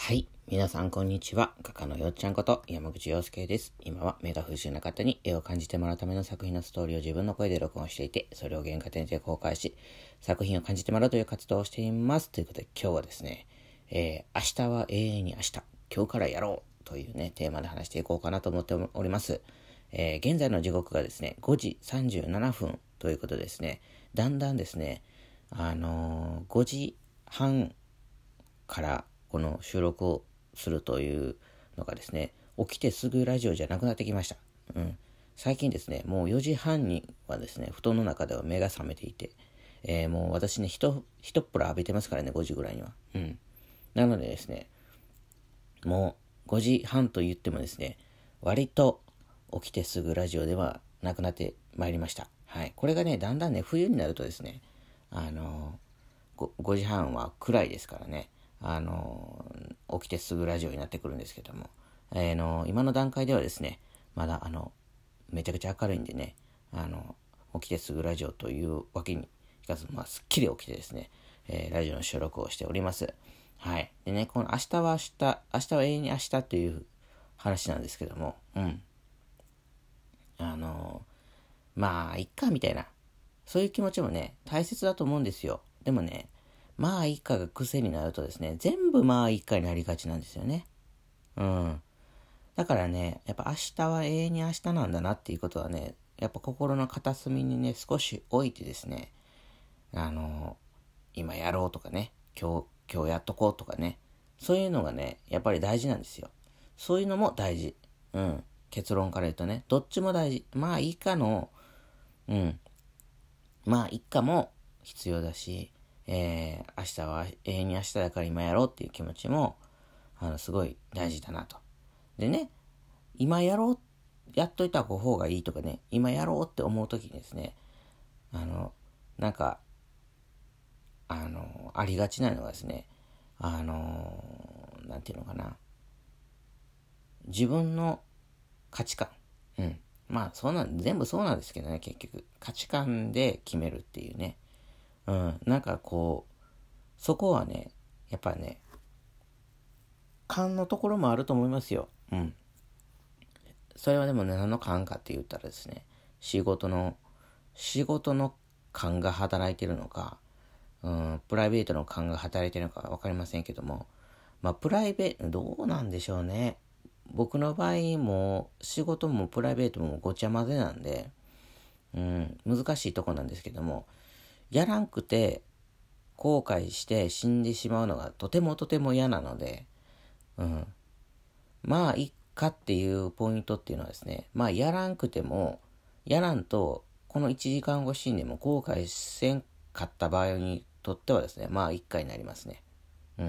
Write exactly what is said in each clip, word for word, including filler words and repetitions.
はい。皆さん、こんにちは。画家のよっちゃんこと山口洋介です。今は目が不自由な方に絵を感じてもらうための作品のストーリーを自分の声で録音していて、それを原画展示で公開し、作品を感じてもらうという活動をしています。ということで、今日はですね、えー、明日は永遠に明日、今日からやろうというね、テーマで話していこうかなと思っております。えー、現在の時刻がですね、ごじさんじゅうななふんということでですね、だんだんですね、あのー、ごじはんからこの収録をするというのがですね、起きてすぐラジオじゃなくなってきました。うん。最近ですね、もうよじはんにはですね、布団の中では目が覚めていて、えー、もう私ね、ひと、ひとっぷら浴びてますからね、ごじぐらいには。うん。なのでですね、もうごじはんと言ってもですね、割と起きてすぐラジオではなくなってまいりました。はい。これがね、だんだんね、冬になるとですね、あのー、ごじはんは暗いですからね、あのー、起きてすぐラジオになってくるんですけども、えー、の今の段階ではですね、まだあのめちゃくちゃ明るいんでね、あの起きてすぐラジオというわけにいかず、まあ、すっきり起きてですね、えー、ラジオの収録をしております。はい。でね、この明日は明日、明日は永遠に明日という話なんですけども、うん。あのー、まあ、いっか、みたいな。そういう気持ちもね、大切だと思うんですよ。でもね、まあいっかが癖になるとですね、全部まあいっかになりがちなんですよね。うん。だからね、やっぱ明日は永遠に明日なんだなっていうことはね、やっぱ心の片隅にね、少し置いてですね、あのー、今やろうとかね、今日、今日やっとこうとかね、そういうのがね、やっぱり大事なんですよ。そういうのも大事。うん。結論から言うとね、どっちも大事。まあいいかの、うん。まあ一家も必要だし、えー、明日は永遠に明日だから今やろうっていう気持ちも、あの、すごい大事だなと。でね、今やろう、やっといた方がいいとかね、今やろうって思うときにですね、あの、なんか、あの、ありがちなのがですね、あの、なんていうのかな、自分の価値観、うん。まあ、そうなん、全部そうなんですけどね、結局。価値観で決めるっていうね。うん。なんかこう、そこはね、やっぱね、勘のところもあると思いますよ。うん。それはでもね、何の勘かって言ったらですね、仕事の、仕事の勘が働いてるのか、うん、プライベートの勘が働いてるのかわかりませんけども、まあ、プライベート、どうなんでしょうね。僕の場合も、仕事もプライベートもごちゃ混ぜなんで、うん、難しいとこなんですけども、やらんくて、後悔して死んでしまうのがとてもとても嫌なので、うん。まあ、いっかっていうポイントっていうのはですね、まあ、やらんくても、やらんと、このいちじかんご死んでも後悔せんかった場合にとってはですね、まあ、いっかになりますね。うん。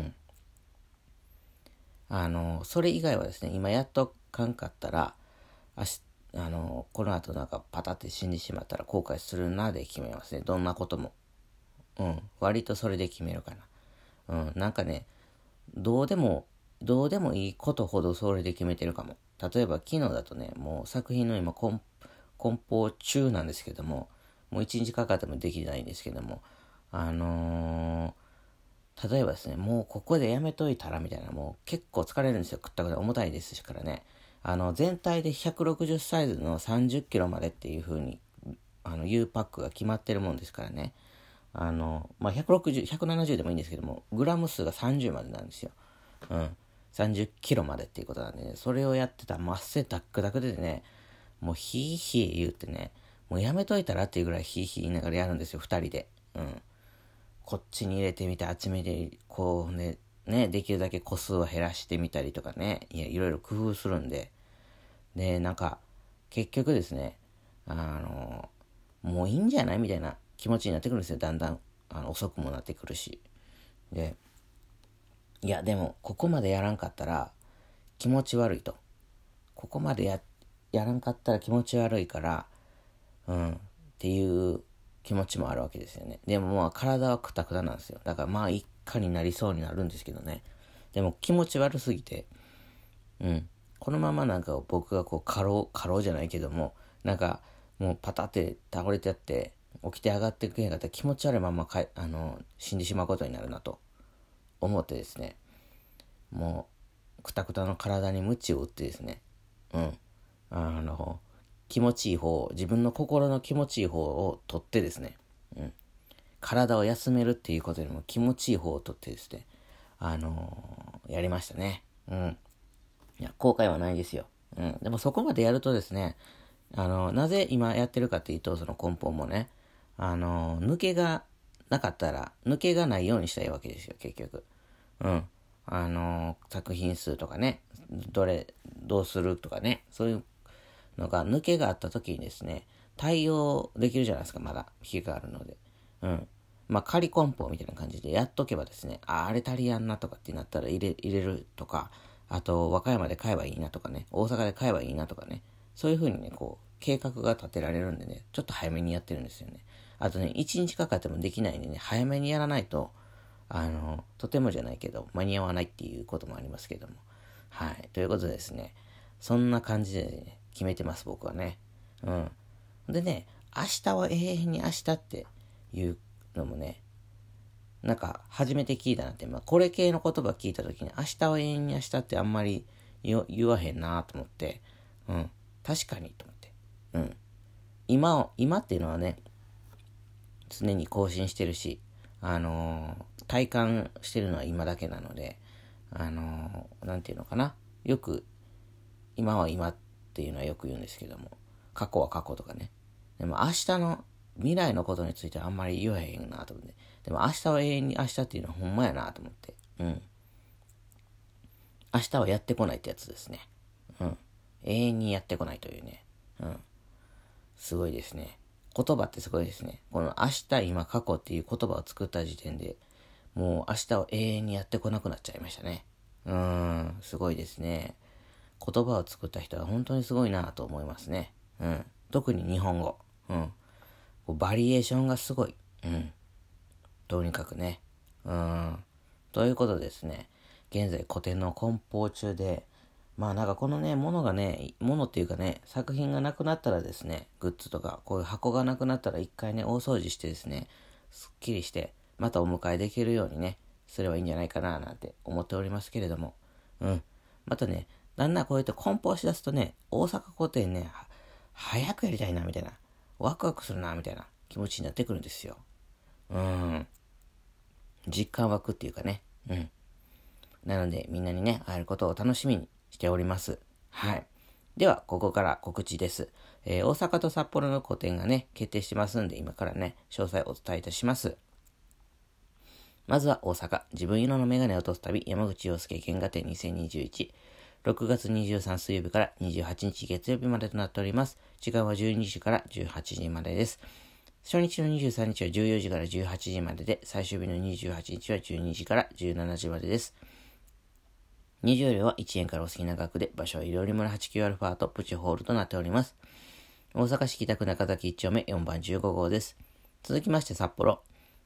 あの、それ以外はですね、今やっとかんかったら、あし、あの、この後なんかパタって死んでしまったら後悔するなで決めますね。どんなことも。うん。割とそれで決めるかな。うん。なんかね、どうでも、どうでもいいことほどそれで決めてるかも。例えば昨日だとね、もう作品の今梱梱包中なんですけども、もう一日かかってもできないんですけども、あのー、例えばですね、もうここでやめといたらみたいな、もう結構疲れるんですよ。食ったくらい重たいですからね。あの、全体でひゃくろくじゅうサイズのさんじゅっキロまでっていう風に、あの、U パックが決まってるもんですからね。あの、まあ、ひゃくろくじゅう、ひゃくななじゅうでもいいんですけども、グラム数がさんじゅうまでなんですよ。うん。さんじゅっキロまでっていうことなんでね、それをやってたら、まっせダックダクでね、もうヒーヒー言うてね、もうやめといたらっていうぐらいヒーヒー言いながらやるんですよ、二人で。うん。こっちに入れてみて、あっち見て、こうね、ね、できるだけ個数を減らしてみたりとかね、いや、いろいろ工夫するんで、で、なんか、結局ですね、あの、もういいんじゃないみたいな気持ちになってくるんですよ、だんだん。あの遅くもなってくるし。で、いや、でも、ここまでやらんかったら気持ち悪いと。ここまでや、やらんかったら気持ち悪いから、うん、っていう気持ちもあるわけですよね。でもまあ、体はクタクタなんですよ。だからまあ、一家になりそうになるんですけどね。でも気持ち悪すぎて、うん。このままなんか僕がこう、過労、過労じゃないけども、なんか、もうパタって倒れてやって、起きて上がっていくへんかったら気持ち悪いままかあの、死んでしまうことになるなと思ってですね。 もうくたくたの体に鞭を打ってですね、うんあの気持ちいい方、自分の心の気持ちいい方を取ってですね、うん、体を休めるっていうことよりも気持ちいい方を取ってですね、あのー、やりましたね。うん。いや、後悔はないですよ。うん。でもそこまでやるとですね、あのー、なぜ今やってるかっていうと、その根本もね、あのー、抜けがなかったら、抜けがないようにしたいわけですよ、結局。うん。あのー、作品数とかね、どれ、どうするとかね、そういうのが抜けがあった時にですね、対応できるじゃないですか、まだ、引きがあるので。うん。まあ、仮梱包みたいな感じでやっとけばですね、あ、あれ足りやんなとかってなったら入れ、入れるとか、あと、和歌山で買えばいいなとかね、大阪で買えばいいなとかね、そういう風にね、こう、計画が立てられるんでね、ちょっと早めにやってるんですよね。あとね、いちにちかかってもできないんでね、早めにやらないと、あの、とてもじゃないけど、間に合わないっていうこともありますけども。はい。ということでですね、そんな感じでね、決めてます、僕はね。うん。でね、明日は永遠に明日っていうのもね、なんか初めて聞いたなって、まあ、これ系の言葉聞いたときに、明日は永遠に明日ってあんまり言わへんなと思って、うん、確かにと思って、うん。今を、今っていうのはね、常に更新してるし、あのー、体感してるのは今だけなので、あのー、なんていうのかな。よく、今は今っていうのはよく言うんですけども、過去は過去とかね。でも明日の未来のことについてはあんまり言わへんなと思って。でも明日は永遠に明日っていうのはほんまやなと思って。うん。明日はやってこないってやつですね。うん。永遠にやってこないというね。うん。すごいですね。言葉ってすごいですね。この明日、今、過去っていう言葉を作った時点で、もう明日は永遠にやってこなくなっちゃいましたね。うーん、すごいですね。言葉を作った人は本当にすごいなと思いますね。うん。特に日本語。うん。こうバリエーションがすごい。うん。とにかくね。うん。ということでですね、現在古典の梱包中で、まあなんかこのね、ものがね、ものっていうかね、作品がなくなったらですね、グッズとか、こういう箱がなくなったら一回ね、大掃除してですね、すっきりして、またお迎えできるようにね、すればいいんじゃないかななんて思っておりますけれども、うん。またね、だんだんこうやって梱包しだすとね、大阪古典ね、早くやりたいな、みたいな、ワクワクするな、みたいな気持ちになってくるんですよ。うん。実感湧くっていうかね。うん。なので、みんなにね、会えることを楽しみにしております。はい。では、ここから告知です。えー、大阪と札幌の個展がね、決定してますんで、今からね、詳細をお伝えいたします。まずは大阪、自分色のメガネを落とす旅、山口洋介原画展にせんにじゅういち。ろくがつにじゅうさん水曜日からにじゅうはちにち月曜日までとなっております。時間はじゅうにじからじゅうはちじまでです。初日のにじゅうさんにちはじゅうよじからじゅうはちじまでで、最終日のにじゅうはちにちはじゅうにじからじゅうしちじまでです。入場料はいちえんからお好きな額で、場所は医療リムラ はちきゅうアルファ とプチホールとなっております。大阪市北区中崎いち丁目よんばんじゅうご号です。続きまして札幌。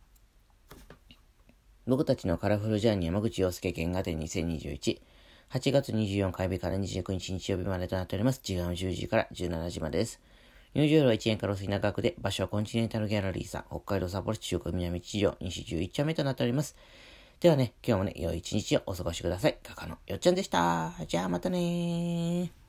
僕たちのカラフルジャーニー山口洋介原画展にせんにじゅういち。はちがつにじゅうよっか火曜日からにじゅうくにち日曜日までとなっております。時間はじゅうじからじゅうしちじまでです。入場料はいちえんからお好きな額で、場所はコンチネンタルギャラリーさん、北海道札幌市中古南地上西じゅういち丁目となっております。ではね、今日もね、良い一日をお過ごしください。画家のよっちゃんでした。じゃあまたねー。